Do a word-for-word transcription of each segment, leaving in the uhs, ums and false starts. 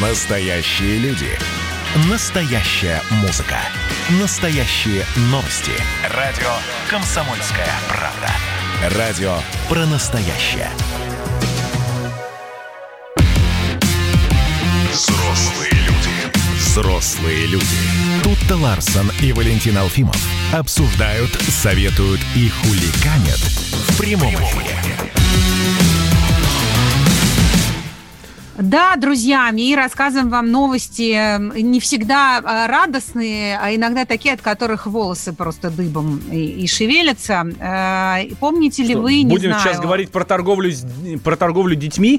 Настоящие люди. Настоящая музыка. Настоящие новости. Радио «Комсомольская правда». Радио про настоящее. Взрослые люди. Взрослые люди. Тутта Ларсон и Валентин Алфимов обсуждают, советуют и хулиганят в прямом эфире. Да, друзья, и рассказываем вам новости не всегда радостные, а иногда такие, от которых волосы просто дыбом и, и шевелятся. Помните ли Что, вы, не будем знаю... сейчас говорить про торговлю, про торговлю детьми?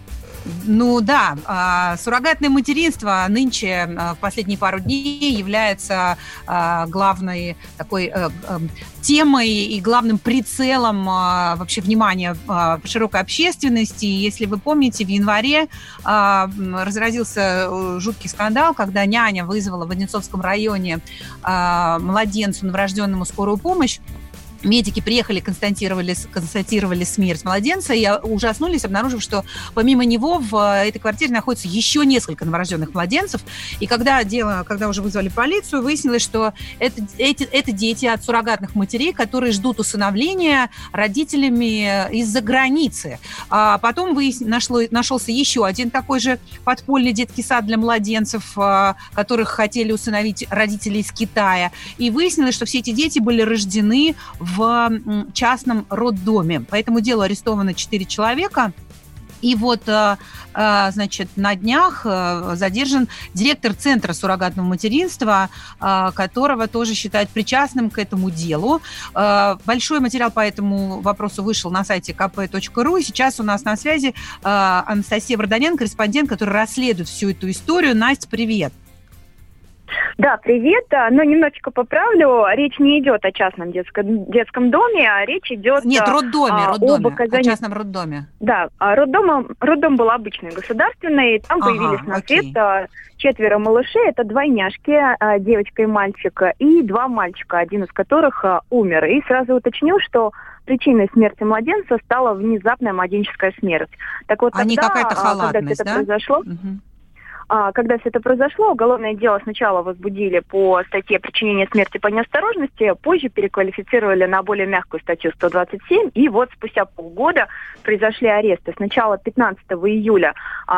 Ну да, суррогатное материнство нынче в последние пару дней является главной такой темой и главным прицелом вообще внимания широкой общественности. Если вы помните, в январе разразился жуткий скандал, когда няня вызвала в Одинцовском районе младенцу новорожденному скорую помощь. Медики приехали, констатировали, констатировали смерть младенца и ужаснулись, обнаружив, что помимо него в этой квартире находится еще несколько новорожденных младенцев. И когда, дело, когда уже вызвали полицию, выяснилось, что это, эти, это дети от суррогатных матерей, которые ждут усыновления родителями из-за границы. А потом выяс... нашло, нашелся еще один такой же подпольный детский сад для младенцев, которых хотели усыновить родители из Китая. И выяснилось, что все эти дети были рождены в частном роддоме. По этому делу арестовано четыре человека. И вот, значит, на днях задержан директор Центра суррогатного материнства, которого тоже считают причастным к этому делу. Большой материал по этому вопросу вышел на сайте ка пэ точка ру. И сейчас у нас на связи Анастасия Варданян, корреспондент, который расследует всю эту историю. Настя, привет. Да, привет. Но немножечко поправлю. Речь не идет о частном детском, детском доме, а речь идет Нет, роддоме, а, роддоме, об оказании... о частном роддоме. Да, роддом, роддом был обычный, государственный. Там ага, появились на свет окей. четверо малышей. Это двойняшки, девочка и мальчик, и два мальчика, один из которых умер. И сразу уточню, что причиной смерти младенца стала внезапная младенческая смерть. Так вот, а не тогда, какая-то халатность, когда все это да? произошло... Угу. Когда все это произошло, уголовное дело сначала возбудили по статье «Причинение смерти по неосторожности», позже переквалифицировали на более мягкую статью сто двадцать семь, и вот спустя полгода произошли аресты. Сначала пятнадцатого июля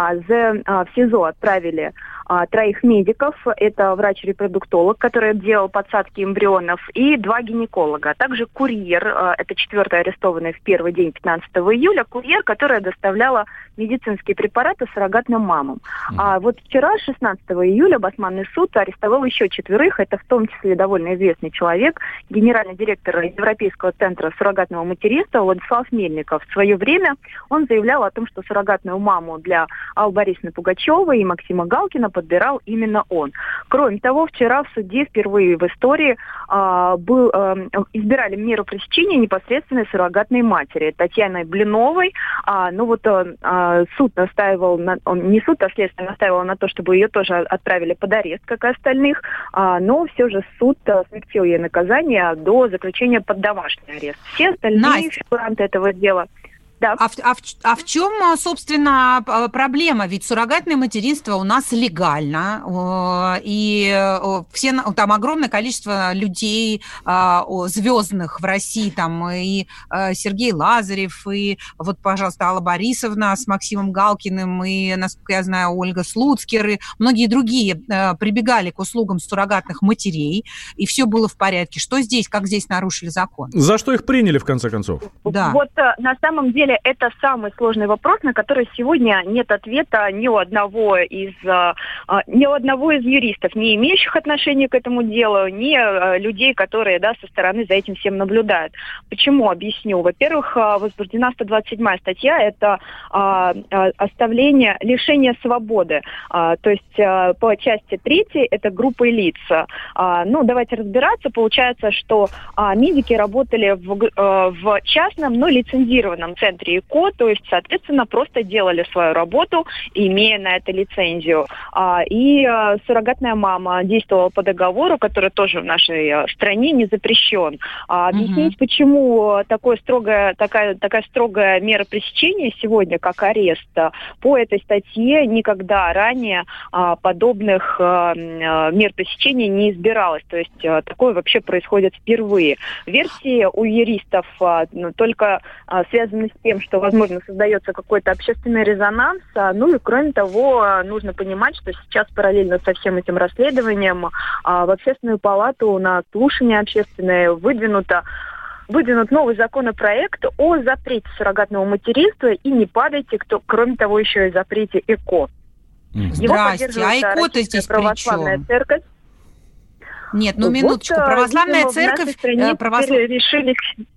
в СИЗО отправили троих медиков, это врач-репродуктолог, который делал подсадки эмбрионов, и два гинеколога, а также курьер, это четвертый арестованный в первый день пятнадцатого июля, курьер, которая доставляла медицинские препараты суррогатным мамам. Mm-hmm. А вот вчера, шестнадцатого июля, Басманный суд арестовал еще четверых, это в том числе довольно известный человек, генеральный директор Европейского центра суррогатного материнства Владислав Мельников. В свое время он заявлял о том, что суррогатную маму для Аллы Борисовны Пугачевой и Максима Галкина подбирал именно он. Кроме того, вчера в суде впервые в истории э, был, э, избирали меру пресечения непосредственной суррогатной матери Татьяны Блиновой. А, ну вот э, суд настаивал, на, он, не суд, а следствие настаивало на то, чтобы ее тоже отправили под арест, как и остальных, а, но все же суд а, смягчил ей наказание до заключения под домашний арест. Все остальные фигуранты этого дела... Да. А, в, а, в, а в чем, собственно, проблема? Ведь суррогатное материнство у нас легально, и все, там огромное количество людей звездных в России, там и Сергей Лазарев, и вот, пожалуйста, Алла Борисовна с Максимом Галкиным, и, насколько я знаю, Ольга Слуцкер, и многие другие прибегали к услугам суррогатных матерей, и все было в порядке. Что здесь, как здесь нарушили закон? За что их приняли, в конце концов? Да. Вот на самом деле это самый сложный вопрос, на который сегодня нет ответа ни у одного из ни у одного из юристов, не имеющих отношения к этому делу, ни людей, которые, да, со стороны за этим всем наблюдают. Почему? Объясню. Во-первых, возбуждена сто двадцать седьмая статья, это оставление, лишение свободы. То есть по части третьей это группа лиц. Ну, давайте разбираться. Получается, что медики работали в, в частном, но лицензированном центре центре ЭКО, то есть, соответственно, просто делали свою работу, имея на это лицензию. И суррогатная мама действовала по договору, который тоже в нашей стране не запрещен. Объяснить, угу. почему такое строгое, такая, такая строгая мера пресечения сегодня, как арест, по этой статье никогда ранее подобных мер пресечения не избиралось. То есть такое вообще происходит впервые. Версии у юристов только связаны с тем, что, возможно, создается какой-то общественный резонанс. Ну и, кроме того, нужно понимать, что сейчас параллельно со всем этим расследованием в Общественную палату на слушание общественное выдвинуто выдвинут новый законопроект о запрете суррогатного материнства, и не падайте, кто, кроме того, еще и запрете ЭКО. Его Здрасте, а ЭКО-то здесь православная при чем? Церковь. Нет, ну минуточку, вот, православная видимо, церковь... Православ... решили...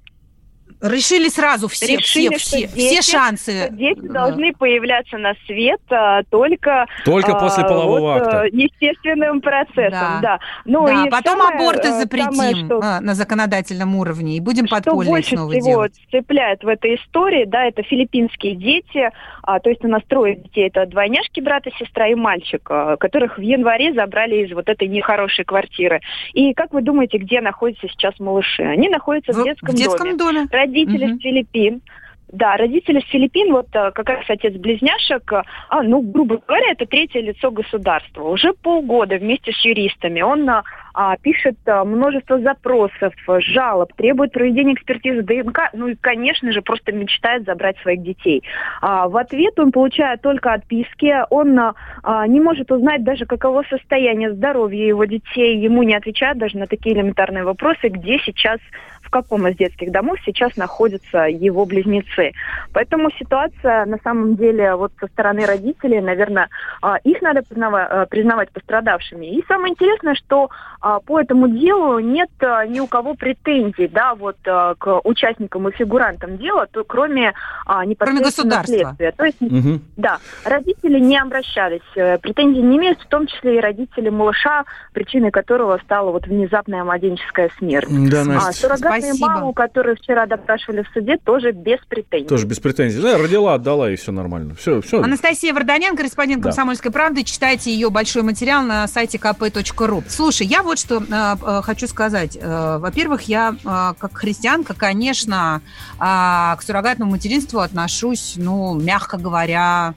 Решили сразу все, Решили, все, все, дети, все шансы. Дети должны появляться на свет а, только, только а, после полового вот, акта. Естественным процессом, да. да. Ну, да, и потом самое, аборты запретим самое, что, а, на законодательном уровне и будем подпольно их снова делать. Что больше всего цепляет в этой истории, да, это филиппинские дети, а, то есть у нас трое детей, это двойняшки, брат и сестра и мальчик, а, которых в январе забрали из вот этой нехорошей квартиры. И как вы думаете, где находятся сейчас малыши? Они находятся в, в детском, в детском доме. доме. Родители угу. с Филиппин. Да, родители с Филиппин, вот как раз отец близняшек, а, ну, грубо говоря, это третье лицо государства. Уже полгода вместе с юристами он а, пишет а, множество запросов, жалоб, требует проведения экспертизы ДНК, ну и, конечно же, просто мечтает забрать своих детей. А, в ответ он получает только отписки, он а, не может узнать даже, каково состояние здоровья его детей, ему не отвечают даже на такие элементарные вопросы, где сейчас, в каком из детских домов сейчас находятся его близнецы. Поэтому ситуация, на самом деле, вот со стороны родителей, наверное, их надо признавать, признавать пострадавшими. И самое интересное, что по этому делу нет ни у кого претензий, да, вот к участникам и фигурантам дела, то, кроме непосредственно следствия. То есть, угу. да, родители не обращались, претензий не имеют, в том числе и родители малыша, причиной которого стала вот внезапная младенческая смерть. Да, Настя. А суррогатную маму, которую вчера допрашивали в суде, тоже без претензий. Тоже без претензий. Да, родила, отдала, и все нормально. Все, все. Анастасия Варданян, корреспондент да. «Комсомольской правды». Читайте ее большой материал на сайте ка пэ точка ру. Слушай, я вот что э, хочу сказать. Э, во-первых, я э, как христианка, конечно, э, к суррогатному материнству отношусь, ну, мягко говоря...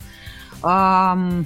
Um,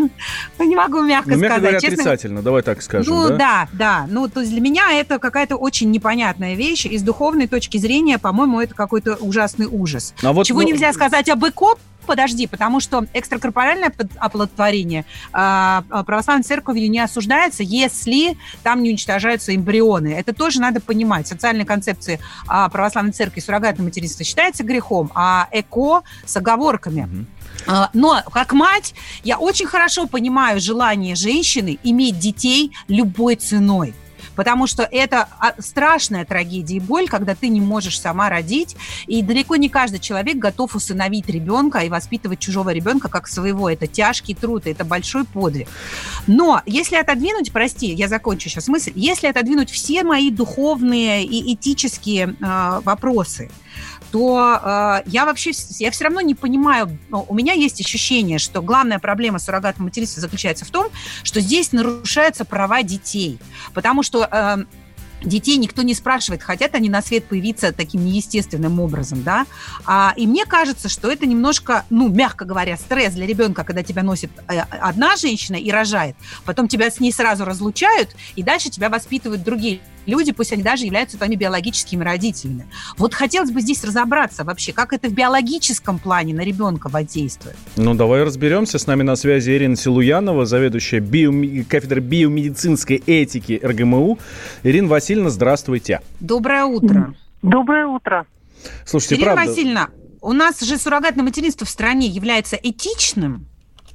не могу мягко ну, сказать. Мягко говоря, честно. отрицательно, давай так скажем. Ну да? да, да. Ну, то есть для меня это какая-то очень непонятная вещь. И с духовной точки зрения, по-моему, это какой-то ужасный ужас. А вот, Чего ну... нельзя сказать об ЭКО, подожди, потому что экстракорпоральное оплодотворение э, православной церковью не осуждается, если там не уничтожаются эмбрионы. Это тоже надо понимать. В социальной концепции э, православной церкви суррогатное материнство считается грехом, а ЭКО с оговорками. Угу. Но как мать я очень хорошо понимаю желание женщины иметь детей любой ценой. Потому что это страшная трагедия и боль, когда ты не можешь сама родить. И далеко не каждый человек готов усыновить ребенка и воспитывать чужого ребенка как своего. Это тяжкий труд, это большой подвиг. Но если отодвинуть, прости, я закончу сейчас мысль, если отодвинуть все мои духовные и этические э, вопросы, то э, я вообще, я все равно не понимаю, у меня есть ощущение, что главная проблема суррогатного материнства заключается в том, что здесь нарушаются права детей, потому что э, детей никто не спрашивает, хотят они на свет появиться таким неестественным образом, да, а, и мне кажется, что это немножко, ну, мягко говоря, стресс для ребенка, когда тебя носит одна женщина и рожает, потом тебя с ней сразу разлучают, и дальше тебя воспитывают другие люди, пусть они даже являются твоими биологическими родителями. Вот хотелось бы здесь разобраться вообще, как это в биологическом плане на ребенка воздействует. Ну, давай разберемся. С нами на связи Ирина Силуянова, заведующая биоми... кафедрой биомедицинской этики эр гэ эм у. Ирина Васильевна, здравствуйте. Доброе утро. Доброе утро. Слушайте, Ирина правда... Васильевна, у нас же суррогатное материнство в стране является этичным?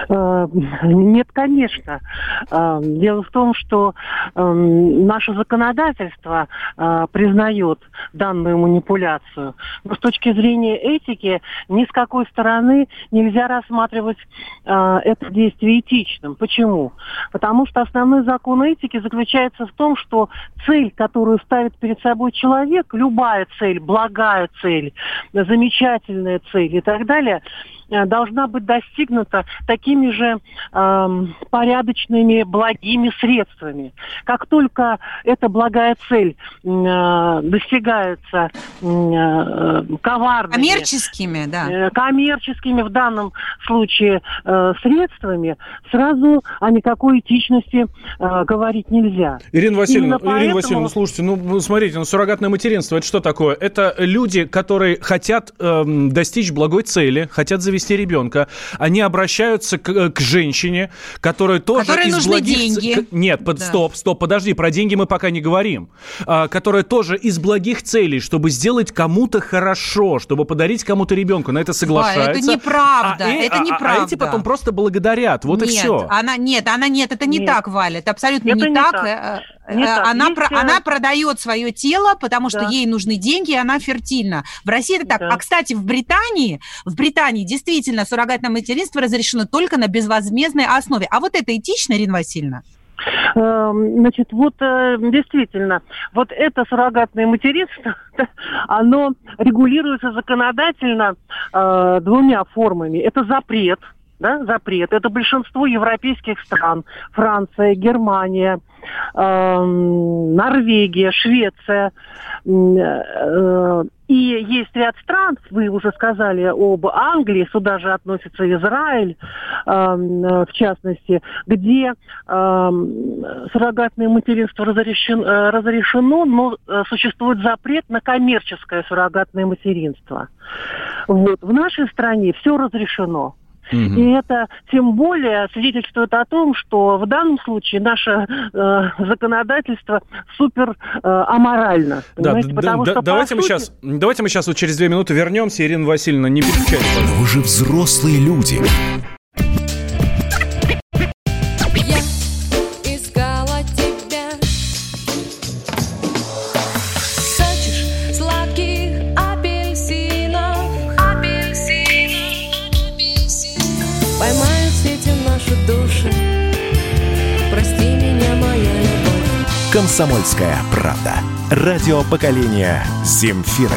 Нет, конечно. Дело в том, что наше законодательство признает данную манипуляцию, но с точки зрения этики ни с какой стороны нельзя рассматривать это действие этичным. Почему? Потому что основной закон этики заключается в том, что цель, которую ставит перед собой человек, любая цель, благая цель, замечательная цель и так далее, должна быть достигнута такими же э, порядочными, благими средствами. Как только эта благая цель э, достигается э, коварными... Коммерческими, да. Э, коммерческими в данном случае э, средствами, сразу о никакой этичности э, говорить нельзя. Ирина Васильевна, поэтому... Ирина Васильевна, слушайте, ну, смотрите, ну, суррогатное материнство, это что такое? Это люди, которые хотят э, достичь благой цели, хотят завести ребенка, они обращаются к, к женщине, которая тоже которой из нужны благих... деньги. К... Нет, под... да. стоп, стоп, подожди, про деньги мы пока не говорим. А, которая тоже из благих целей, чтобы сделать кому-то хорошо, чтобы подарить кому-то ребенку, на это соглашается. Да, это неправда, а, это а, неправда. А эти потом просто благодарят, вот нет, и все. Она, нет, она нет, это не нет. так, Валя, это абсолютно это не, не так. так. Не она, так. про, Есть... она продает свое тело, потому что да. ей нужны деньги, и она фертильна. В России это так. Да. А, кстати, в Британии, в Британии действительно суррогатное материнство разрешено только на безвозмездной основе. А вот это этично, Ирина Васильевна? Значит, вот действительно, вот это суррогатное материнство, оно регулируется законодательно э, двумя формами. Это запрет, да, запрет. Это большинство европейских стран. Франция, Германия, э, Норвегия, Швеция. Э, и есть ряд стран, вы уже сказали об Англии, сюда же относится Израиль, э, в частности, где э, суррогатное материнство разрешено, разрешено, но существует запрет на коммерческое суррогатное материнство. Вот. В нашей стране все разрешено. Mm-hmm. И это тем более свидетельствует о том, что в данном случае наше э, законодательство супер э, аморально. Да, да, потому да, что, давайте, мы сути... сейчас, давайте мы сейчас вот через две минуты вернемся. Ирина Васильевна, не переключайтесь. Но вы же взрослые люди. «Комсомольская правда». Радио поколения Земфиры.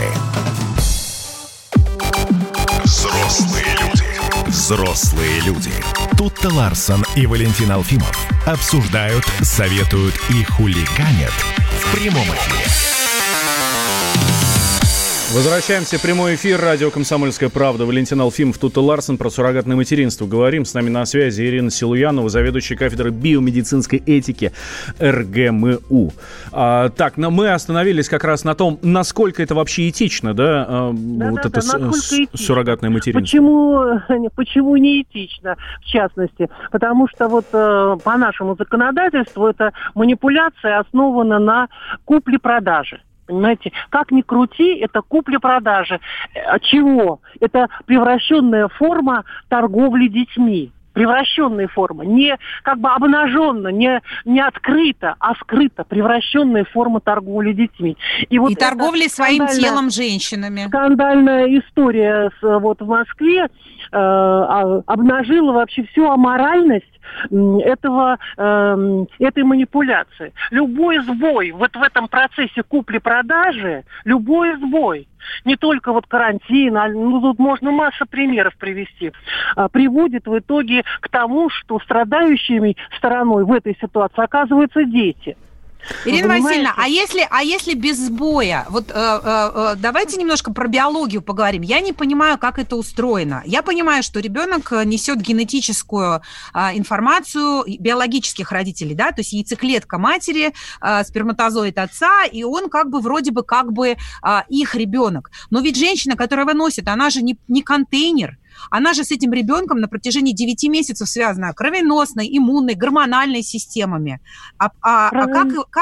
Взрослые люди. Взрослые люди. Тутта Ларсон и Валентин Алфимов обсуждают, советуют и хулиганят в прямом эфире. Возвращаемся в прямой эфир. Радио «Комсомольская правда». Валентин Алфимов, Тутта Ларсон. Про суррогатное материнство говорим. С нами на связи Ирина Силуянова, заведующая кафедрой биомедицинской этики эр гэ эм у. А, так, но мы остановились как раз на том, насколько это вообще этично, да, а, да вот да, это да, с, с, суррогатное материнство. Почему, почему не этично, в частности? Потому что вот э, по нашему законодательству эта манипуляция основана на купле-продаже. Понимаете, как ни крути, это купля-продажа. Чего? Это превращенная форма торговли детьми. Превращенная форма. Не как бы обнаженно, не, не открыто, а скрыто. Превращенная форма торговли детьми. И, вот и торговли своим телом женщинами. Скандальная история с, вот, в Москве э, обнажила вообще всю аморальность этого, э, этой манипуляции. Любой сбой вот в этом процессе купли-продажи, любой сбой, не только вот карантин, а, ну, тут можно массу примеров привести, а, приводит в итоге к тому, что страдающими стороной в этой ситуации оказываются дети. Ирина Васильевна, а если, а если без сбоя? Вот э, э, давайте немножко про биологию поговорим. Я не понимаю, как это устроено. Я понимаю, что ребенок несет генетическую э, информацию биологических родителей, да, то есть яйцеклетка матери, э, сперматозоид отца, и он как бы вроде бы как бы э, их ребенок. Но ведь женщина, которая его носит, она же не, не контейнер. Она же с этим ребенком на протяжении девяти месяцев связана кровеносной, иммунной, гормональной системами. А, а, а как, как,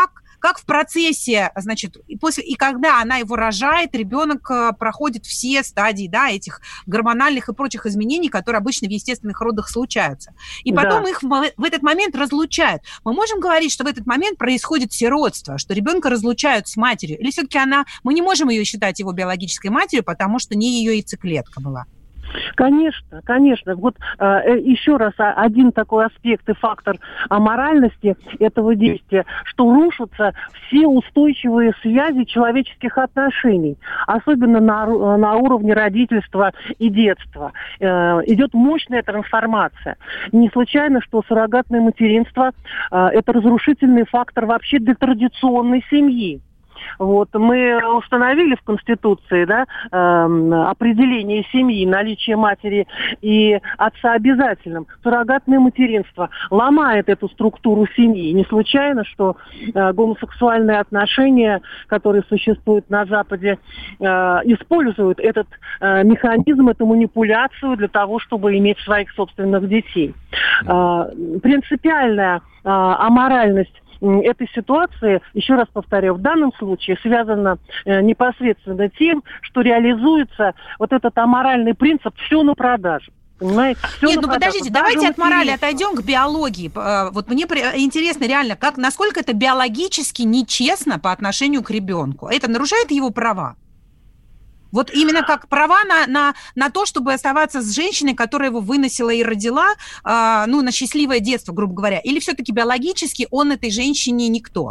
как в процессе, значит, и, после, и когда она его рожает, ребенок проходит все стадии, да, этих гормональных и прочих изменений, которые обычно в естественных родах случаются. И потом да. их в, в этот момент разлучают. Мы можем говорить, что в этот момент происходит сиротство, что ребенка разлучают с матерью? Или все-таки она, мы не можем ее считать его биологической матерью, потому что не ее яйцеклетка была? Конечно, конечно. Вот э, еще раз один такой аспект и фактор аморальности этого действия, что рушатся все устойчивые связи человеческих отношений, особенно на, на уровне родительства и детства. Э, идет мощная трансформация. Не случайно, что суррогатное материнство э, это разрушительный фактор вообще для традиционной семьи. Вот, мы установили в Конституции, да, э, определение семьи, наличие матери и отца обязательным. Суррогатное материнство ломает эту структуру семьи. Не случайно, что э, гомосексуальные отношения, которые существуют на Западе, э, используют этот э, механизм, эту манипуляцию для того, чтобы иметь своих собственных детей. Э, принципиальная э, аморальность этой ситуации, еще раз повторяю, в данном случае связано э, непосредственно тем, что реализуется вот этот аморальный принцип «все на продажу». Понимаете? Все Нет, ну подождите, давайте от морали отойдем к биологии. Вот мне интересно реально, как, насколько это биологически нечестно по отношению к ребенку. Это нарушает его права? Вот именно как права на, на, на то, чтобы оставаться с женщиной, которая его выносила и родила, э, ну, на счастливое детство, грубо говоря. Или все-таки биологически он этой женщине никто?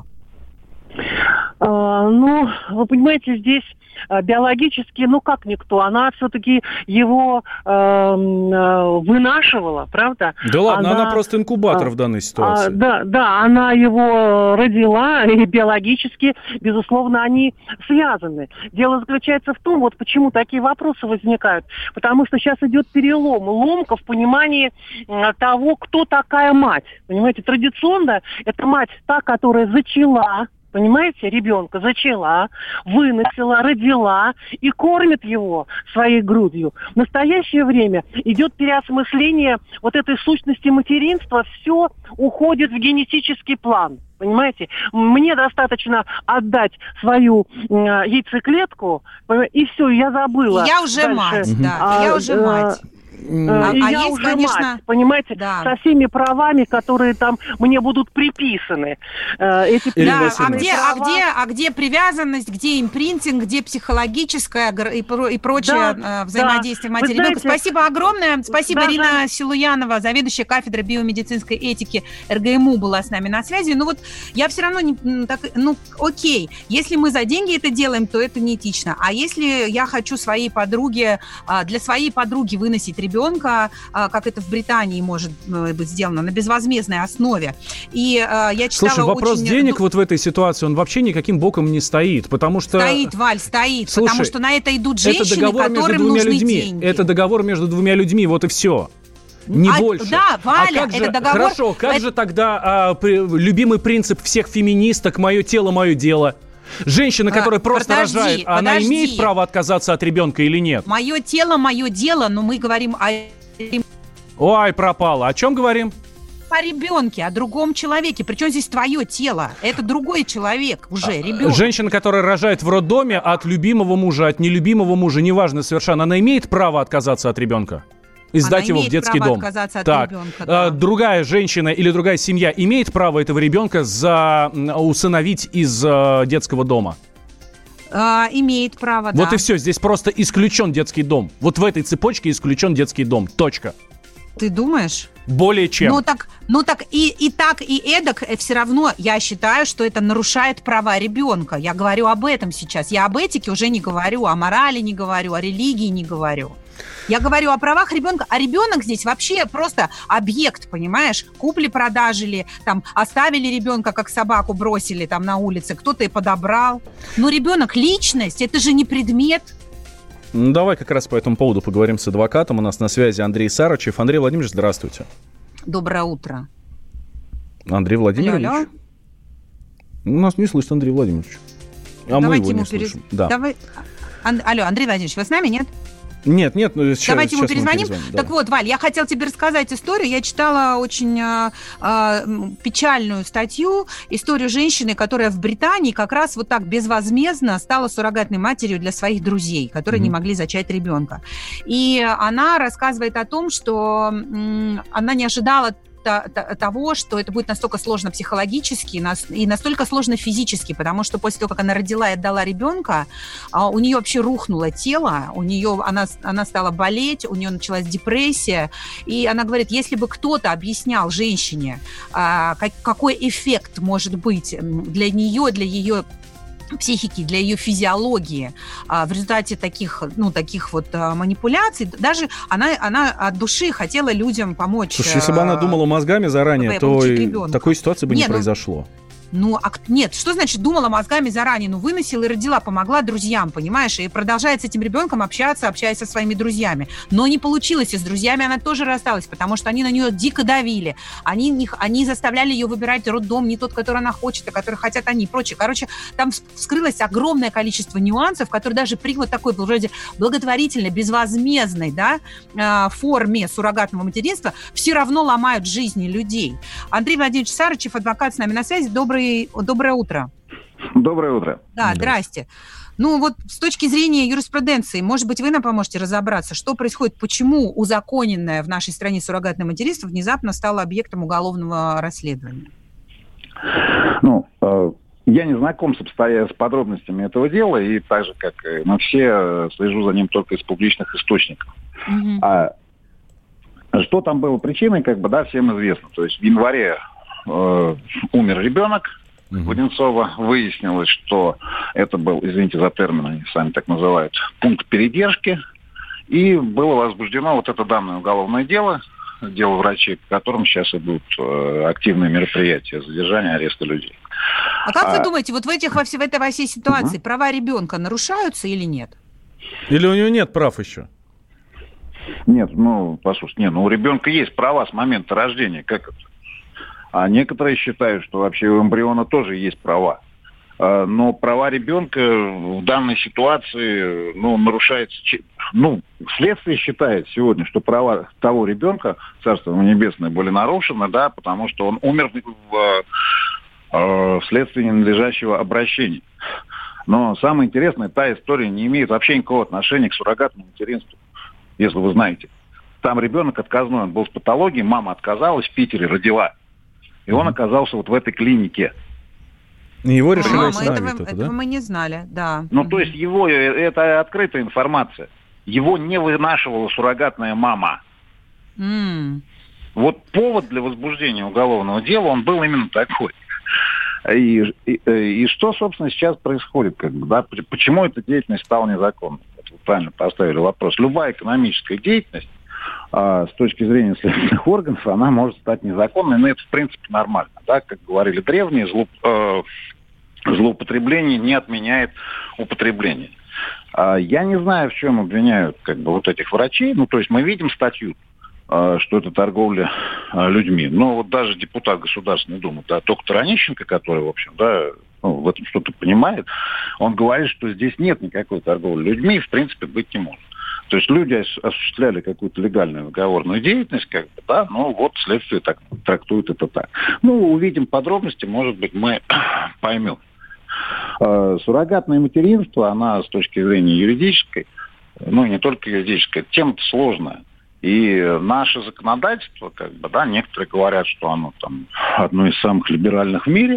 А, ну, вы понимаете, здесь биологически, ну как никто, она все-таки его э, э, вынашивала, правда? Да ладно, она, она просто инкубатор а, в данной ситуации. А, да, да, она его родила, и биологически, безусловно, они связаны. Дело заключается в том, вот почему такие вопросы возникают. Потому что сейчас идет перелом, ломка в понимании э, того, кто такая мать. Понимаете, традиционно это мать та, которая зачала, понимаете, ребенка зачала, выносила, родила и кормит его своей грудью. В настоящее время идет переосмысление вот этой сущности материнства, все уходит в генетический план. Понимаете, мне достаточно отдать свою э, яйцеклетку, и все, я забыла. Я уже дальше. мать, да, а, я уже э, мать. А, и а я есть, уже конечно... мать, понимаете, да. со всеми правами, которые там мне будут приписаны. Эти да, а где, права... а, где, а где привязанность, где импринтинг, где психологическое и, и прочее да, взаимодействие да. матери и ребенка? Спасибо огромное. Спасибо, да, Ирина да. Силуянова, заведующая кафедрой биомедицинской этики эр гэ эм у, была с нами на связи. Ну вот я все равно, не, так, ну окей, если мы за деньги это делаем, то это неэтично. А если я хочу своей подруге, для своей подруги выносить ребенка, ребенка, как это в Британии может быть сделано, на безвозмездной основе. И я читала. Слушай, вопрос очень... денег вот в этой ситуации, он вообще никаким боком не стоит, потому что... Стоит, Валь, стоит, Слушай, потому что на это идут женщины, это которым нужны людьми. деньги. Это договор между двумя людьми, вот и все. Не а, больше. Да, Валя, а как это же, договор... Хорошо, как это... же тогда а, при, любимый принцип всех феминисток «моё тело, мое дело»? Женщина, которая а, просто подожди, рожает, подожди. Она имеет право отказаться от ребенка или нет? Мое тело, мое дело, но мы говорим о... Ой, пропало. О чем говорим? О ребенке, о другом человеке. Причем здесь твое тело. Это другой человек уже, ребенок. Женщина, которая рожает в роддоме от любимого мужа, от нелюбимого мужа, неважно совершенно, она имеет право отказаться от ребенка? И сдать его в детский дом. Отказаться от так, ребенка, да. Другая женщина или другая семья имеет право этого ребенка за... усыновить из uh, детского дома? А, имеет право, вот да. Вот и все. Здесь просто исключен детский дом. Вот в этой цепочке исключен детский дом. Точка. Ты думаешь? Более чем. Ну так, ну так и, и так, и эдак все равно я считаю, что это нарушает права ребенка. Я говорю об этом сейчас. Я об этике уже не говорю, о морали не говорю, о религии не говорю. Я говорю о правах ребенка, а ребенок здесь вообще просто объект, понимаешь? Купли-продажи ли, там, оставили ребенка, как собаку бросили там на улице, кто-то и подобрал. Но ребенок — личность, это же не предмет. Ну, давай как раз по этому поводу поговорим с адвокатом. У нас на связи Андрей Сарычев. Андрей Владимирович, здравствуйте. Доброе утро. Андрей Владимирович? Алло, алло. У нас не слышно Андрей Владимирович. А Давайте мы его не перед... слышим. Да. Давай... Ан... Алло, Андрей Владимирович, вы с нами, нет? Нет, нет, ну, сейчас, давайте ему сейчас перезвоним. перезвоним, Так вот, Валь, я хотела тебе рассказать историю. Я читала очень э, э, печальную статью, историю женщины, которая в Британии как раз вот так безвозмездно стала суррогатной матерью для своих друзей, которые mm-hmm. не могли зачать ребенка. И она рассказывает о том, что м, она не ожидала того, что это будет настолько сложно психологически и настолько сложно физически, потому что после того, как она родила и отдала ребенка, у нее вообще рухнуло тело, у нее, она, она стала болеть, у нее началась депрессия, и она говорит, если бы кто-то объяснял женщине, какой эффект может быть для нее, для ее психики, для ее физиологии а, в результате таких, ну, таких вот а, манипуляций, даже она, она от души хотела людям помочь. Слушай, если бы она думала мозгами заранее, то такой ситуации бы не, не произошло. Ну, а, нет, что значит думала мозгами заранее? Ну, выносила и родила, помогла друзьям, понимаешь? И продолжает с этим ребенком общаться, общаясь со своими друзьями. Но не получилось, и с друзьями она тоже рассталась, потому что они на нее дико давили. Они, них, они заставляли ее выбирать роддом, не тот, который она хочет, а который хотят они, и прочее. Короче, там вскрылось огромное количество нюансов, которые даже при вот такой вроде благотворительной, безвозмездной, да, форме суррогатного материнства все равно ломают жизни людей. Андрей Владимирович Сарычев, адвокат, с нами на связи. Добрый Доброе утро. Доброе утро. Да, здрасте. Ну вот с точки зрения юриспруденции, может быть, вы нам поможете разобраться, что происходит, почему узаконенное в нашей стране суррогатное материнство внезапно стало объектом уголовного расследования? Ну, э, я не знаком с, обстоя... с подробностями этого дела, и так же, как мы все, слежу за ним только из публичных источников. Mm-hmm. А что там было причиной, как бы, да, всем известно. То есть в январе э, умер ребенок uh-huh. Воденцова. Выяснилось, что это был, извините за термин, они сами так называют, пункт передержки. И было возбуждено вот это данное уголовное дело, дело врачей, по которым сейчас идут э, активные мероприятия задержания, ареста людей. А как а... вы думаете, вот в, этих, во, всей, в этой во всей ситуации uh-huh. права ребенка нарушаются или нет? Или у него нет прав еще? Нет, ну, послушайте, нет, ну у ребенка есть права с момента рождения, как это? А некоторые считают, что вообще у эмбриона тоже есть права. Но права ребенка в данной ситуации, ну, нарушается, ну, следствие считает сегодня, что права того ребенка, Царство ему небесное, были нарушены, да, потому что он умер в, в вследствие ненадлежащего обращения. Но самое интересное, та история не имеет вообще никакого отношения к суррогатному материнству. Если вы знаете. Там ребенок отказной, он был с патологией, мама отказалась, в Питере родила. И он оказался вот в этой клинике. И его решили а, остановить. Этого, это, этого да? мы не знали, да. Ну, то есть его, это открытая информация. Его не вынашивала суррогатная мама. Mm. Вот повод для возбуждения уголовного дела, он был именно такой. И, и, и что, собственно, сейчас происходит? Как бы, да? Почему эта деятельность стала незаконной? Вы правильно поставили вопрос. Любая экономическая деятельность а, с точки зрения следственных органов, она может стать незаконной, но это, в принципе, нормально. Да? Как говорили древние, зло, э, злоупотребление не отменяет употребление. А, я не знаю, в чем обвиняют как бы, вот этих врачей. Ну, то есть мы видим статью, э, что это торговля э, людьми. Но вот даже депутат Государственной Думы, да, доктор Онищенко, который, в общем, да, ну, в этом что-то понимает, он говорит, что здесь нет никакой торговли людьми, и, в принципе, быть не может. То есть люди осуществляли какую-то легальную договорную деятельность, как бы, да, ну вот следствие так трактует это так. Ну, увидим подробности, может быть, мы поймем. Э, суррогатное материнство, она с точки зрения юридической, ну, не только юридической, тема-то сложная. И наше законодательство, как бы, да, некоторые говорят, что оно там одно из самых либеральных в мире.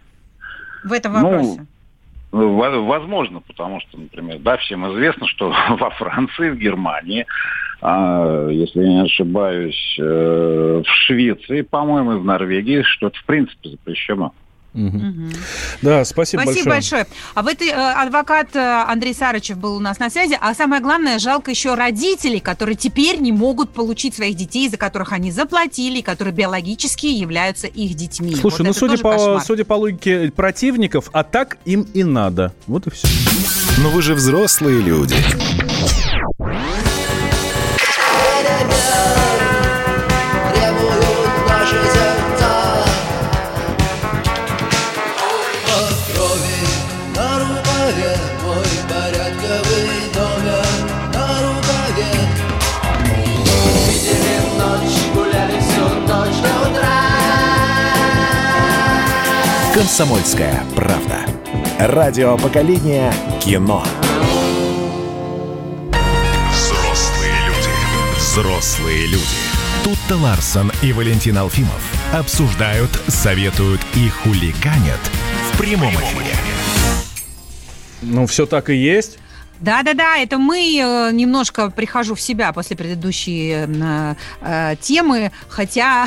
В этом вопросе? Ну, возможно, потому что, например, да, всем известно, что во Франции, в Германии, а, если я не ошибаюсь, э, в Швеции, по-моему, и в Норвегии, что это в принципе запрещено. Угу. Угу. Да, спасибо, спасибо большое. большое. А в этой э, адвокат Андрей Сарычев был у нас на связи. А самое главное, жалко еще родителей, которые теперь не могут получить своих детей, за которых они заплатили, которые биологически являются их детьми. Слушай, вот ну судя по, судя по логике противников, а так им и надо. Вот и все. Но вы же взрослые люди. «Комсомольская правда». Радио поколения кино. Взрослые люди. Взрослые люди. Тутта Ларсон и Валентин Алфимов обсуждают, советуют и хулиганят в прямом эфире. Ну, все так и есть. Да-да-да, это мы э, немножко прихожу в себя после предыдущей э, э, темы, хотя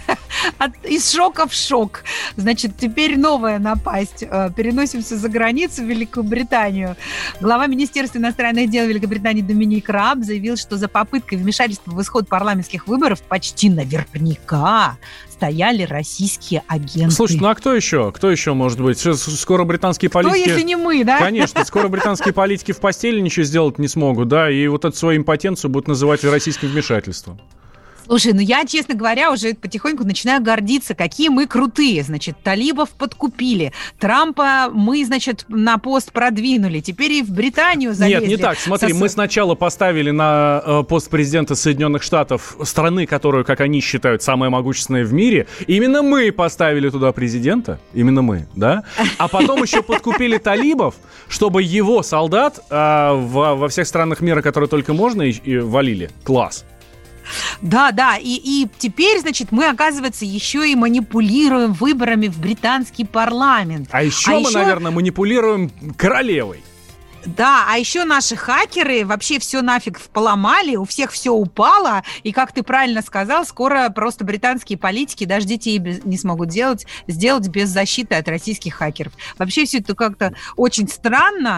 от, из шока в шок. Значит, теперь новая напасть. Э, переносимся за границу в Великую Британию. Глава Министерства иностранных дел Великобритании Доминик Раб заявил, что за попыткой вмешательства в исход парламентских выборов почти наверняка стояли российские агенты. Слушай, ну а кто еще? Кто еще может быть? Скоро британские политики... Кто, если не мы, да? Конечно, скоро британские политики в постели ничего сделать не смогут, да, и вот эту свою импотенцию будут называть российским вмешательством. Слушай, ну я, честно говоря, уже потихоньку начинаю гордиться, какие мы крутые. Значит, талибов подкупили, Трампа мы, значит, на пост продвинули, теперь и в Британию залезли. Нет, не так. Смотри, Со... мы сначала поставили на э, пост президента Соединенных Штатов страны, которую, как они считают, самая могущественная в мире. Именно мы поставили туда президента, именно мы, да? А потом еще подкупили талибов, чтобы его солдат э, во, во всех странах мира, которые только можно, и, и валили. Класс. Да, да, и, и теперь, значит, мы, оказывается, еще и манипулируем выборами в британский парламент. А еще а мы, еще... наверное, манипулируем королевой. Да, а еще наши хакеры вообще все нафиг поломали, у всех все упало, и, как ты правильно сказал, скоро просто британские политики даже детей не смогут делать, сделать без защиты от российских хакеров. Вообще все это как-то очень странно,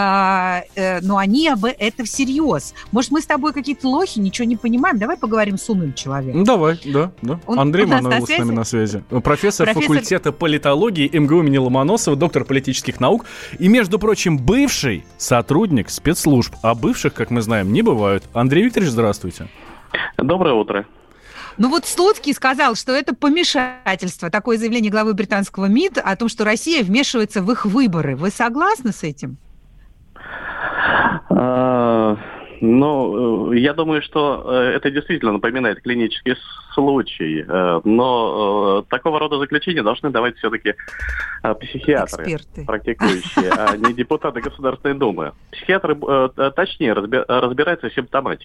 э, э, но они об этом всерьез. Может, мы с тобой какие-то лохи, ничего не понимаем? Давай поговорим с умным человеком. Ну, давай, да, да. Он, Андрей он Мануилов с нами на связи. Профессор, Профессор факультета политологии эм гэ у имени Ломоносова, доктор политических наук и, между прочим, бывший сотрудник спецслужб, а бывших, как мы знаем, не бывают. Андрей Викторович, здравствуйте. Доброе утро. Ну вот Слуцкий сказал, что это помешательство, такое заявление главы британского МИД о том, что Россия вмешивается в их выборы. Вы согласны с этим? А, ну, я думаю, что это действительно напоминает клинический случай, но такого рода заключения должны давать все-таки психиатры, эксперты, практикующие, а не депутаты Государственной Думы. Психиатры точнее разбираются в симптоматике.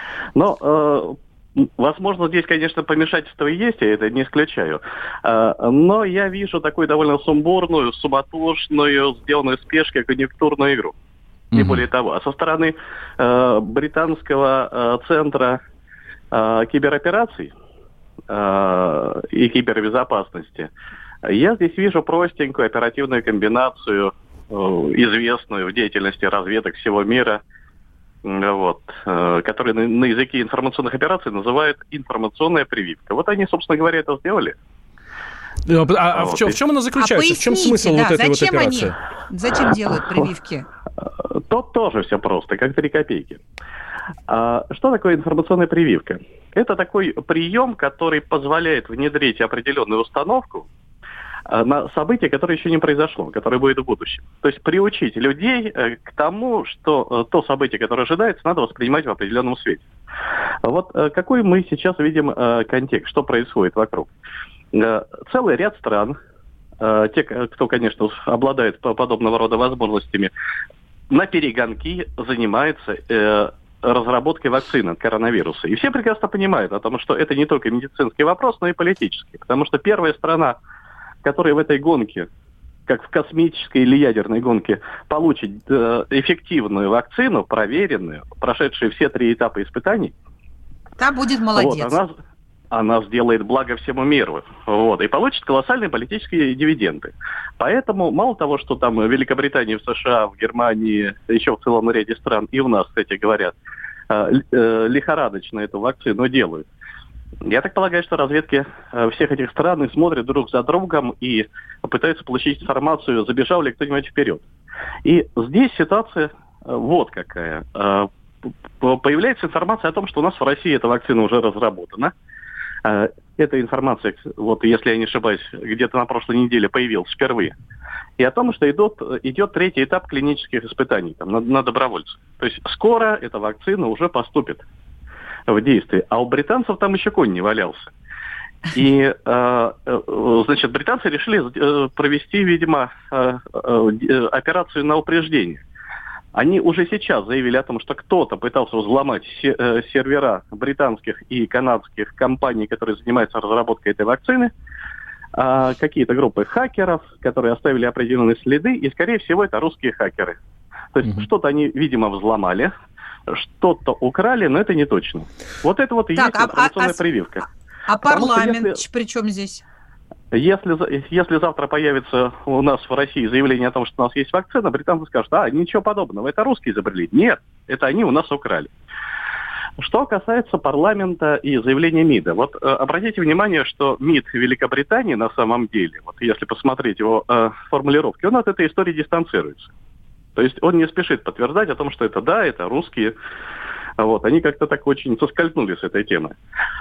Но, возможно, здесь, конечно, помешательство и есть, я это не исключаю. Но я вижу такую довольно сумбурную, суматошную, сделанную в спешке конъюнктурную игру. Не mm-hmm. более того. А со стороны э, британского э, центра э, киберопераций э, и кибербезопасности я здесь вижу простенькую оперативную комбинацию, э, известную в деятельности разведок всего мира, э, вот, э, которую на, на языке информационных операций называют информационная прививка. Вот они, собственно говоря, это сделали. А, а вот. в, чем, в чем она заключается? А в чем смысл да, вот этой зачем вот операции? Они, зачем делают прививки? Тут тоже все просто, как три копейки. А, что такое информационная прививка? Это такой прием, который позволяет внедрить определенную установку а, на событие, которое еще не произошло, которое будет в будущем. То есть приучить людей а, к тому, что а, то событие, которое ожидается, надо воспринимать в определенном свете. Вот а, какой мы сейчас видим а, контекст, что происходит вокруг. А, целый ряд стран, а, те, кто, конечно, обладает подобного рода возможностями, на перегонки занимается э, разработкой вакцины от коронавируса. И все прекрасно понимают о том, что это не только медицинский вопрос, но и политический. Потому что первая страна, которая в этой гонке, как в космической или ядерной гонке, получит э, эффективную вакцину, проверенную, прошедшую все три этапа испытаний, та будет молодец. Вот, она, она сделает благо всему миру. Вот, и получит колоссальные политические дивиденды. Поэтому мало того, что там в Великобритании, в США, в Германии, еще в целом ряде стран, и у нас, кстати, говорят, лихорадочно эту вакцину делают. Я так полагаю, что разведки всех этих стран смотрят друг за другом и пытаются получить информацию, забежал ли кто-нибудь вперед. И здесь ситуация вот какая. Появляется информация о том, что у нас в России эта вакцина уже разработана. Эта информация, вот если я не ошибаюсь, где-то на прошлой неделе появилась впервые. И о том, что идет, идет третий этап клинических испытаний там, на, на добровольцах. То есть скоро эта вакцина уже поступит в действие. А у британцев там еще конь не валялся. И, э, значит, британцы решили провести, видимо, операцию на упреждение. Они уже сейчас заявили о том, что кто-то пытался взломать сервера британских и канадских компаний, которые занимаются разработкой этой вакцины. Какие-то группы хакеров, которые оставили определенные следы, и, скорее всего, это русские хакеры. То есть mm-hmm. что-то они, видимо, взломали, что-то украли, но это не точно. Вот это вот и так, есть а, информационная а, прививка. А парламент если, при чем здесь? Если, если завтра появится у нас в России заявление о том, что у нас есть вакцина, британцы скажут, а, ничего подобного, это русские изобрели. Нет, это они у нас украли. Что касается парламента и заявления МИДа, вот э, обратите внимание, что МИД Великобритании на самом деле, вот если посмотреть его э, формулировки, он от этой истории дистанцируется. То есть он не спешит подтверждать о том, что это да, это русские. Вот, они как-то так очень соскользнули с этой темы.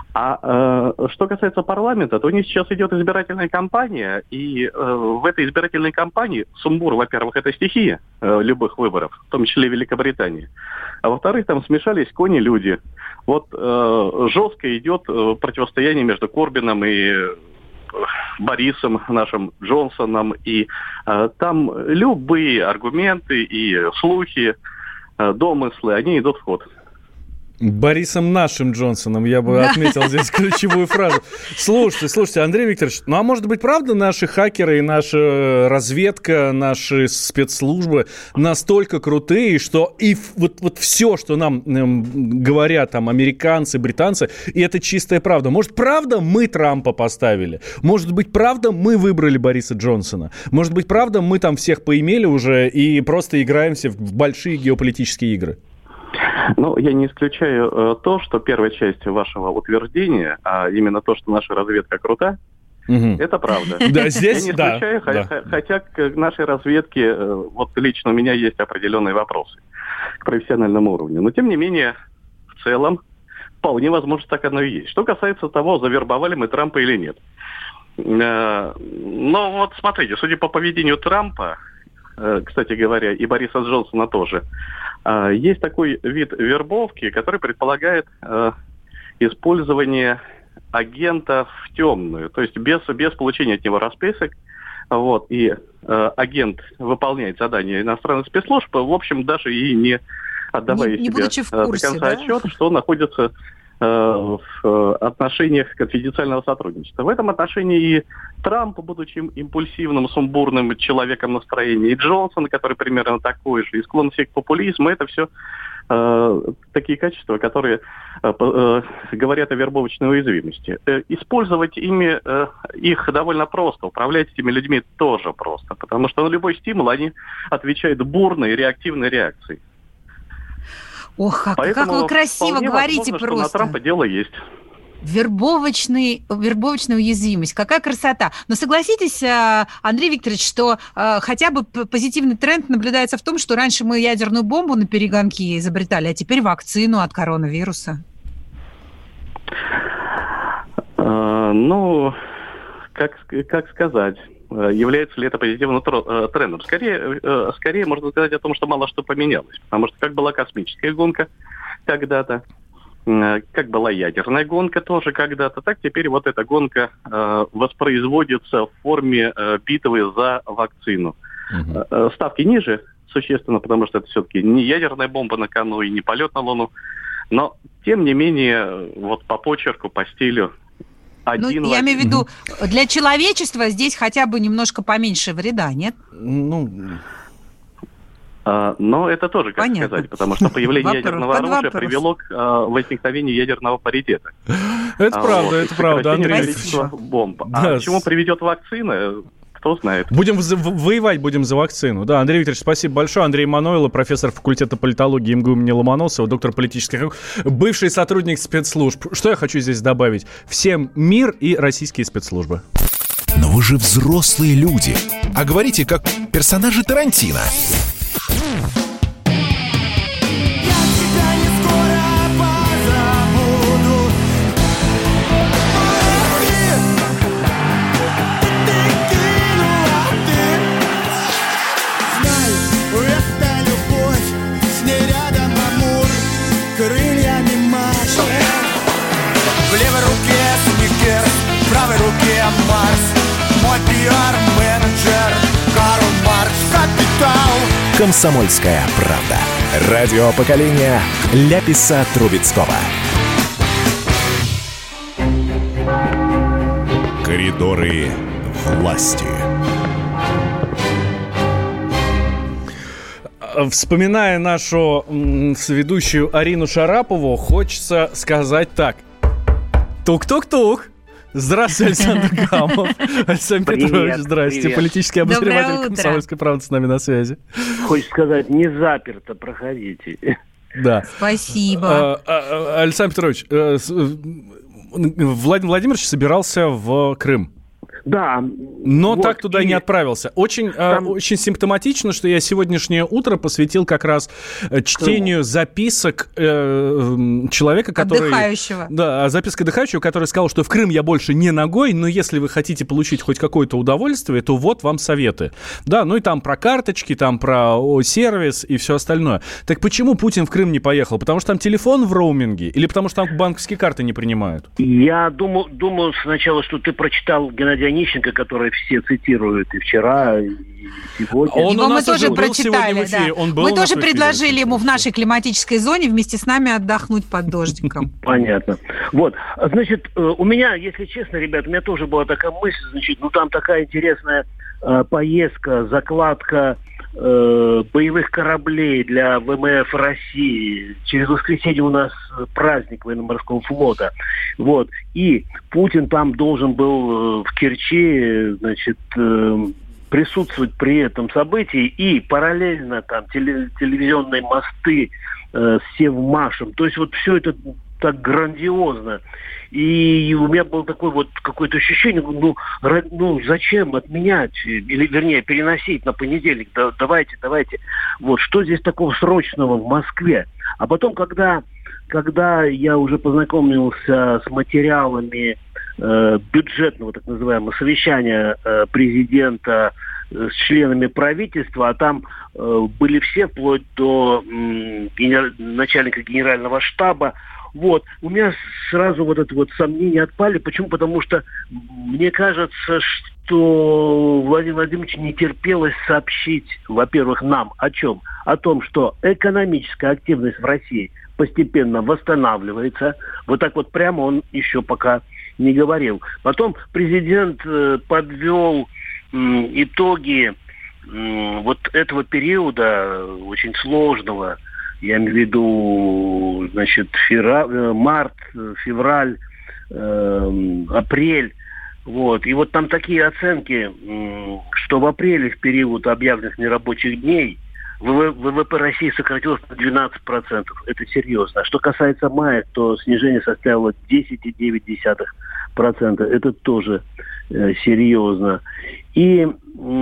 А э, что касается парламента, то у них сейчас идет избирательная кампания, и э, в этой избирательной кампании сумбур, во-первых, это стихия э, любых выборов, в том числе Великобритании. А во-вторых, там смешались кони-люди. Вот э, жестко идет э, противостояние между Корбином и э, Борисом, нашим Джонсоном, и э, там любые аргументы и слухи, э, домыслы, они идут в ход. Борисом нашим Джонсоном, я бы отметил здесь ключевую фразу. Слушайте, слушайте, Андрей Викторович, ну а может быть, правда, наши хакеры и наша разведка, наши спецслужбы настолько крутые, что и вот, вот все, что нам эм, говорят там американцы, британцы, и это чистая правда. Может, правда, мы Трампа поставили? Может быть, правда, мы выбрали Бориса Джонсона? Может быть, правда, мы там всех поимели уже и просто играемся в большие геополитические игры? Ну, я не исключаю э, то, что первая часть вашего утверждения, а именно то, что наша разведка крута, угу. это правда. Да, здесь, я не да, исключаю, да. Хотя, хотя к нашей разведке, э, вот лично у меня есть определенные вопросы к профессиональному уровню. Но, тем не менее, в целом, вполне возможно, так оно и есть. Что касается того, завербовали мы Трампа или нет. Э, ну, вот смотрите, судя по поведению Трампа, э, кстати говоря, и Бориса Джонсона тоже, есть такой вид вербовки, который предполагает э, использование агента в темную, то есть без, без получения от него расписок. Вот, и э, агент выполняет задания иностранных спецслужб, в общем, даже и не отдавая не, не себе в курсе, до конца да? отчет, что он находится э, в отношениях конфиденциального сотрудничества. В этом отношении и Трамп, будучи импульсивным, сумбурным человеком настроения, и Джонсон, который примерно такой же, и склонности к популизму, это все э, такие качества, которые э, э, говорят о вербовочной уязвимости. Э, использовать ими э, их довольно просто, управлять этими людьми тоже просто, потому что на любой стимул они отвечают бурной реактивной реакцией. Ох, как, как вы красиво говорите возможно, просто. Что на Трампа дело есть. Вербовочный, вербовочная уязвимость. Какая красота. Но согласитесь, Андрей Викторович, что э, хотя бы позитивный тренд наблюдается в том, что раньше мы ядерную бомбу на перегонки изобретали, а теперь вакцину от коронавируса. Э, ну, как, как сказать, является ли это позитивным трендом? Скорее, э, скорее можно сказать о том, что мало что поменялось. Потому что как была космическая гонка когда-то, как была ядерная гонка тоже когда-то, так теперь вот эта гонка э, воспроизводится в форме э, битвы за вакцину. Угу. Э, ставки ниже существенно, потому что это все-таки не ядерная бомба на кону и не полет на Луну, но тем не менее вот по почерку, по стилю один ну, в я один. имею в виду, для человечества здесь хотя бы немножко поменьше вреда, нет? Ну... Но это тоже, как Понятно. сказать, потому что появление ядерного Под оружия вопрос. привело к а, возникновению ядерного паритета. Это а, правда, вот, это правда, Андрей Викторович. Бомб. Да. А к чему приведет вакцина, кто знает. Будем в- воевать будем за вакцину. Да, Андрей Викторович, спасибо большое. Андрей Мануйло, профессор факультета политологии МГУ имени Ломоносова, доктор политических наук, бывший сотрудник спецслужб. Что я хочу здесь добавить? Всем мир и российские спецслужбы. Но вы же взрослые люди. А говорите, как персонажи Тарантино. В левой руке сникерс, в я Марс, мой пиар-менеджер Карл Маркс, Капитал. «Комсомольская правда». Радио поколения Ляписа Трубецкого. Коридоры власти. Вспоминая нашу м, ведущую Арину Шарапову, хочется сказать так. Тук-тук-тук. Здравствуйте, Александр Гамов. Александр Привет, Петрович, здрасте. привет. Политический обозреватель «Комсомольской правды» с нами на связи. Хочется сказать, не заперто, проходите. Да. Спасибо. А, а, Александр Петрович, э, с- э, Владимир Владимирович собирался в Крым. Да. Но вот, так туда и не отправился. Очень, там... э, очень симптоматично, что я сегодняшнее утро посвятил как раз э, чтению записок э, э, человека, который... Отдыхающего. Да, записка отдыхающего, который сказал, что в Крым я больше не ногой, но если вы хотите получить хоть какое-то удовольствие, то вот вам советы. Да, ну и там про карточки, там про о, сервис и все остальное. Так почему Путин в Крым не поехал? Потому что там телефон в роуминге или потому что там банковские карты не принимают? Я думал, думал сначала, что ты прочитал Геннадия Онищенко, который все цитируют и вчера, и сегодня. Он Его у мы нас тоже уже был прочитали, сегодня в эфире. да. Он был Мы у нас тоже в эфире. предложили ему в нашей климатической зоне вместе с нами отдохнуть под дождиком. Понятно. Вот, значит, э, у меня, если честно, ребят, у меня тоже была такая мысль, значит, ну там такая интересная э, поездка, закладка э, боевых кораблей для ВМФ России. Через воскресенье у нас праздник военно-морского флота. Вот. И Путин там должен был э, в Керчи, значит, э, присутствовать при этом событии. И параллельно там теле- телевизионные мосты э, с Севмашем. То есть вот все это так грандиозно. И у меня было такое вот какое-то ощущение, ну, ра- ну зачем отменять, или, вернее, переносить на понедельник, да, давайте, давайте. Вот, что здесь такого срочного в Москве? А потом, когда, когда я уже познакомился с материалами э, бюджетного, так называемого, совещания э, президента э, с членами правительства, а там э, были все, вплоть до э, генер... начальника генерального штаба. Вот, у меня сразу вот это вот сомнения отпали. Почему? Потому что мне кажется, что Владимир Владимирович не терпелось сообщить, во-первых, нам о чем? О том, что экономическая активность в России постепенно восстанавливается. Вот так вот прямо он еще пока не говорил. Потом президент э, подвел э, итоги э, вот этого периода очень сложного. Я имею в виду, значит, февраль, март, февраль, э, апрель. Вот. И вот там такие оценки, э, что в апреле, в период объявленных нерабочих дней, ВВП России сократилось на двенадцать процентов. Это серьезно. А что касается мая, то снижение составило десять целых девять десятых процента. Это тоже э, серьезно. И э,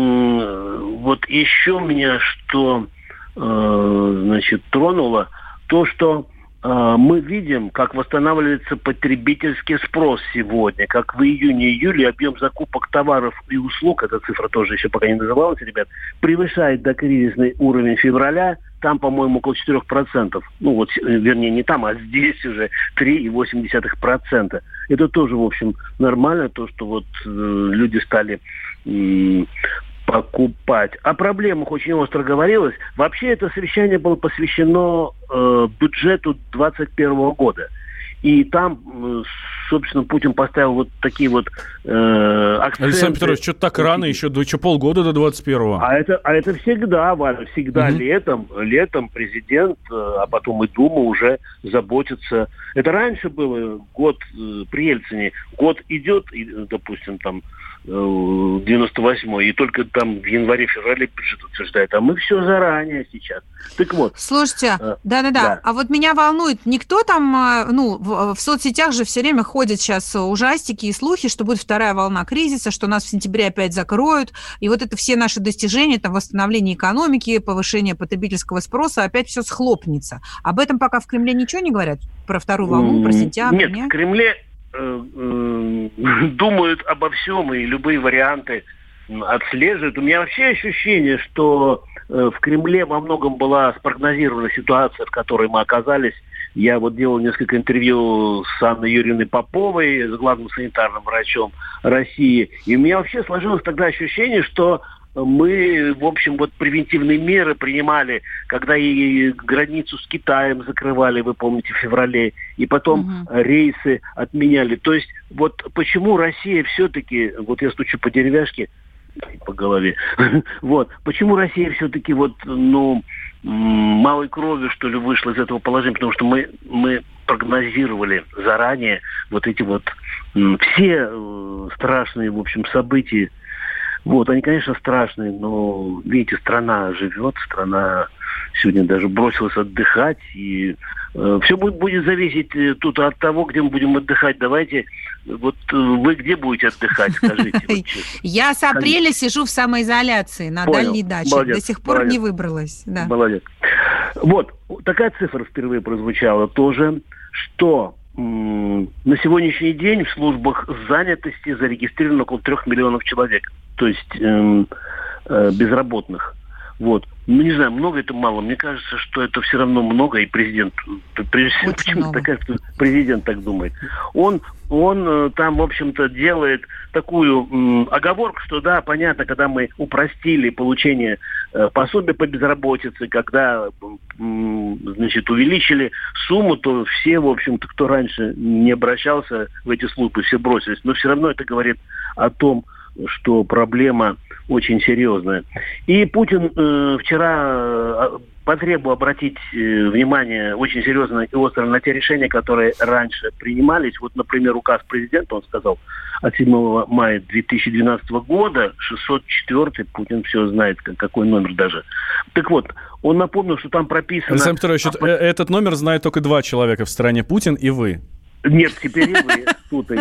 вот еще меня что... значит, тронуло то, что э, мы видим, как восстанавливается потребительский спрос сегодня, как в июне-июле объем закупок товаров и услуг, эта цифра тоже еще пока не называлась, ребят, превышает докризисный уровень февраля, там, по-моему, около четыре процента. Ну вот, вернее, не там, а здесь уже три целых восемь десятых процента. Это тоже, в общем, нормально, то, что вот э, люди стали... Э, покупать. О проблемах очень остро говорилось. Вообще это совещание было посвящено э, бюджету двадцать первого года. И там, э, собственно, Путин поставил вот такие вот э, акценты. Александр Петрович, что-то так рано, еще, еще полгода до двадцать первого. А это, а это всегда, Валя, всегда угу. летом, летом президент, а потом и Дума уже заботятся. Это раньше было, год э, при Ельцине, год идет, и, допустим, там, девяносто восьмой, и только там в январе-феврале бюджет утверждает, а мы все заранее сейчас. Так вот. Слушайте, да-да-да, да. А вот меня волнует, никто там, ну, в, в соцсетях же все время ходят сейчас ужастики и слухи, что будет вторая волна кризиса, что нас в сентябре опять закроют, и вот это все наши достижения, там, восстановление экономики, повышение потребительского спроса, опять все схлопнется. Об этом пока в Кремле ничего не говорят? Про вторую волну, про сентябрь? Нет, нет? в Кремле думают обо всем и любые варианты отслеживают. У меня вообще ощущение, что в Кремле во многом была спрогнозирована ситуация, в которой мы оказались Я вот делал несколько интервью с Анной Юрьевной Поповой, с главным санитарным врачом России. И у меня вообще сложилось тогда ощущение, что мы, в общем, вот превентивные меры принимали, когда и границу с Китаем закрывали, вы помните, в феврале, и потом угу. рейсы отменяли. То есть вот почему Россия все-таки, вот я стучу по деревяшке, по голове, вот, почему Россия все-таки вот, ну, малой кровью, что ли, вышла из этого положения, потому что мы, мы прогнозировали заранее вот эти вот все страшные, в общем, события. Вот, они, конечно, страшные, но, видите, страна живет, страна сегодня даже бросилась отдыхать, и э, все будет, будет зависеть э, тут от того, где мы будем отдыхать. Давайте, вот э, вы где будете отдыхать, скажите? Вот, я с апреля сижу в самоизоляции на Понял. дальней даче, молодец, до сих пор молодец. не выбралась. Да. Молодец. Вот, такая цифра впервые прозвучала тоже, что м- на сегодняшний день в службах занятости зарегистрировано около трех миллионов человек. То есть э, э, безработных. Вот. Ну, не знаю, много это мало. Мне кажется, что это все равно много, и президент, прежде всего, почему-то такая, что президент так думает. Он, он э, там, в общем-то, делает такую э, оговорку, что да, понятно, когда мы упростили получение э, пособия по безработице, когда, э, значит, увеличили сумму, то все, в общем-то, кто раньше не обращался в эти службы, все бросились. Но все равно это говорит о том, что проблема очень серьезная. И Путин э, вчера э, потребовал обратить э, внимание очень серьезно и остро на те решения, которые раньше принимались. Вот, например, указ президента, он сказал, от седьмого мая две тысячи двенадцатого года, шестьсот четвёртый, Путин все знает, какой номер даже. Так вот, он напомнил, что там прописано... Александр Петрович, а... этот номер знает только два человека в стране, Путин и вы. Нет, теперь и вы, сутай.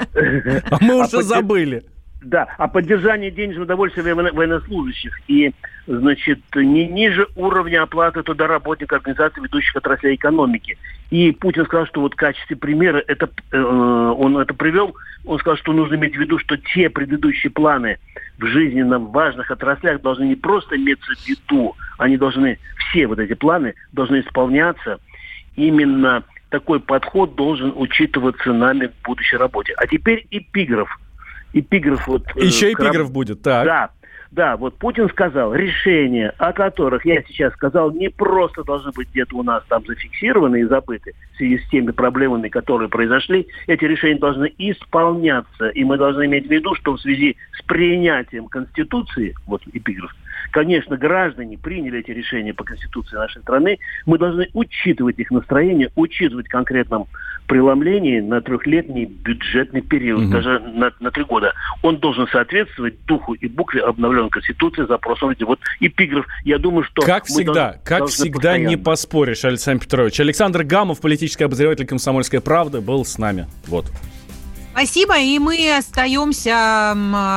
А мы уже забыли. Да, о поддержании денежного удовольствия военнослужащих и, значит, не ниже уровня оплаты труда работников организаций, ведущих отраслей экономики. И Путин сказал, что вот в качестве примера это, э, он это привел, он сказал, что нужно иметь в виду, что те предыдущие планы в жизненно важных отраслях должны не просто иметься в виду, они должны, все вот эти планы должны исполняться. Именно такой подход должен учитываться нами в будущей работе. А теперь эпиграф. Эпиграф вот... Еще эпиграф будет, так. Да, да, вот Путин сказал, решения, о которых я сейчас сказал, не просто должны быть где-то у нас там зафиксированы и забыты в связи с теми проблемами, которые произошли. Эти решения должны исполняться. И мы должны иметь в виду, что в связи с принятием Конституции, вот эпиграф, конечно, граждане приняли эти решения по Конституции нашей страны. Мы должны учитывать их настроение, учитывать в конкретном преломлении на трехлетний бюджетный период, угу. даже на, на три года. Он должен соответствовать духу и букве обновленной Конституции, запросам людей. Вот эпиграф. Я думаю, что... Как всегда, должны, как всегда постоянно. Не поспоришь, Александр Петрович. Александр Гамов, политический обозреватель «Комсомольской правды», был с нами. Вот. Спасибо, и мы остаемся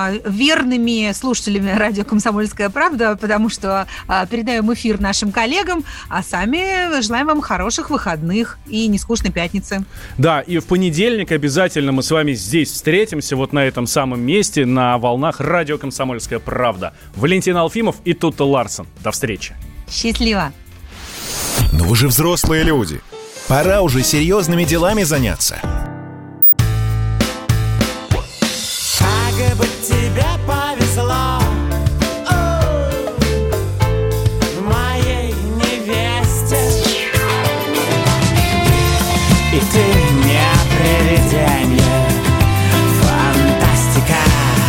верными слушателями радио «Комсомольская правда», потому что передаем эфир нашим коллегам, а сами желаем вам хороших выходных и нескучной пятницы. Да, и в понедельник обязательно мы с вами здесь встретимся, вот на этом самом месте, на волнах радио «Комсомольская правда». Валентин Алфимов и Тутта Ларсон. До встречи. Счастливо. Но вы же взрослые люди. Пора уже серьезными делами заняться. Как бы тебе повезло, моей невесте, и ты не привидение, фантастика,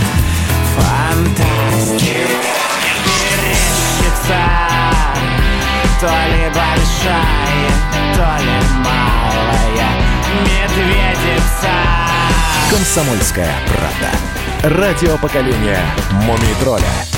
фантастика. Мерещится то ли большая, то ли малая медведица. «Комсомольская правда». Радио поколения «Мумий тролля».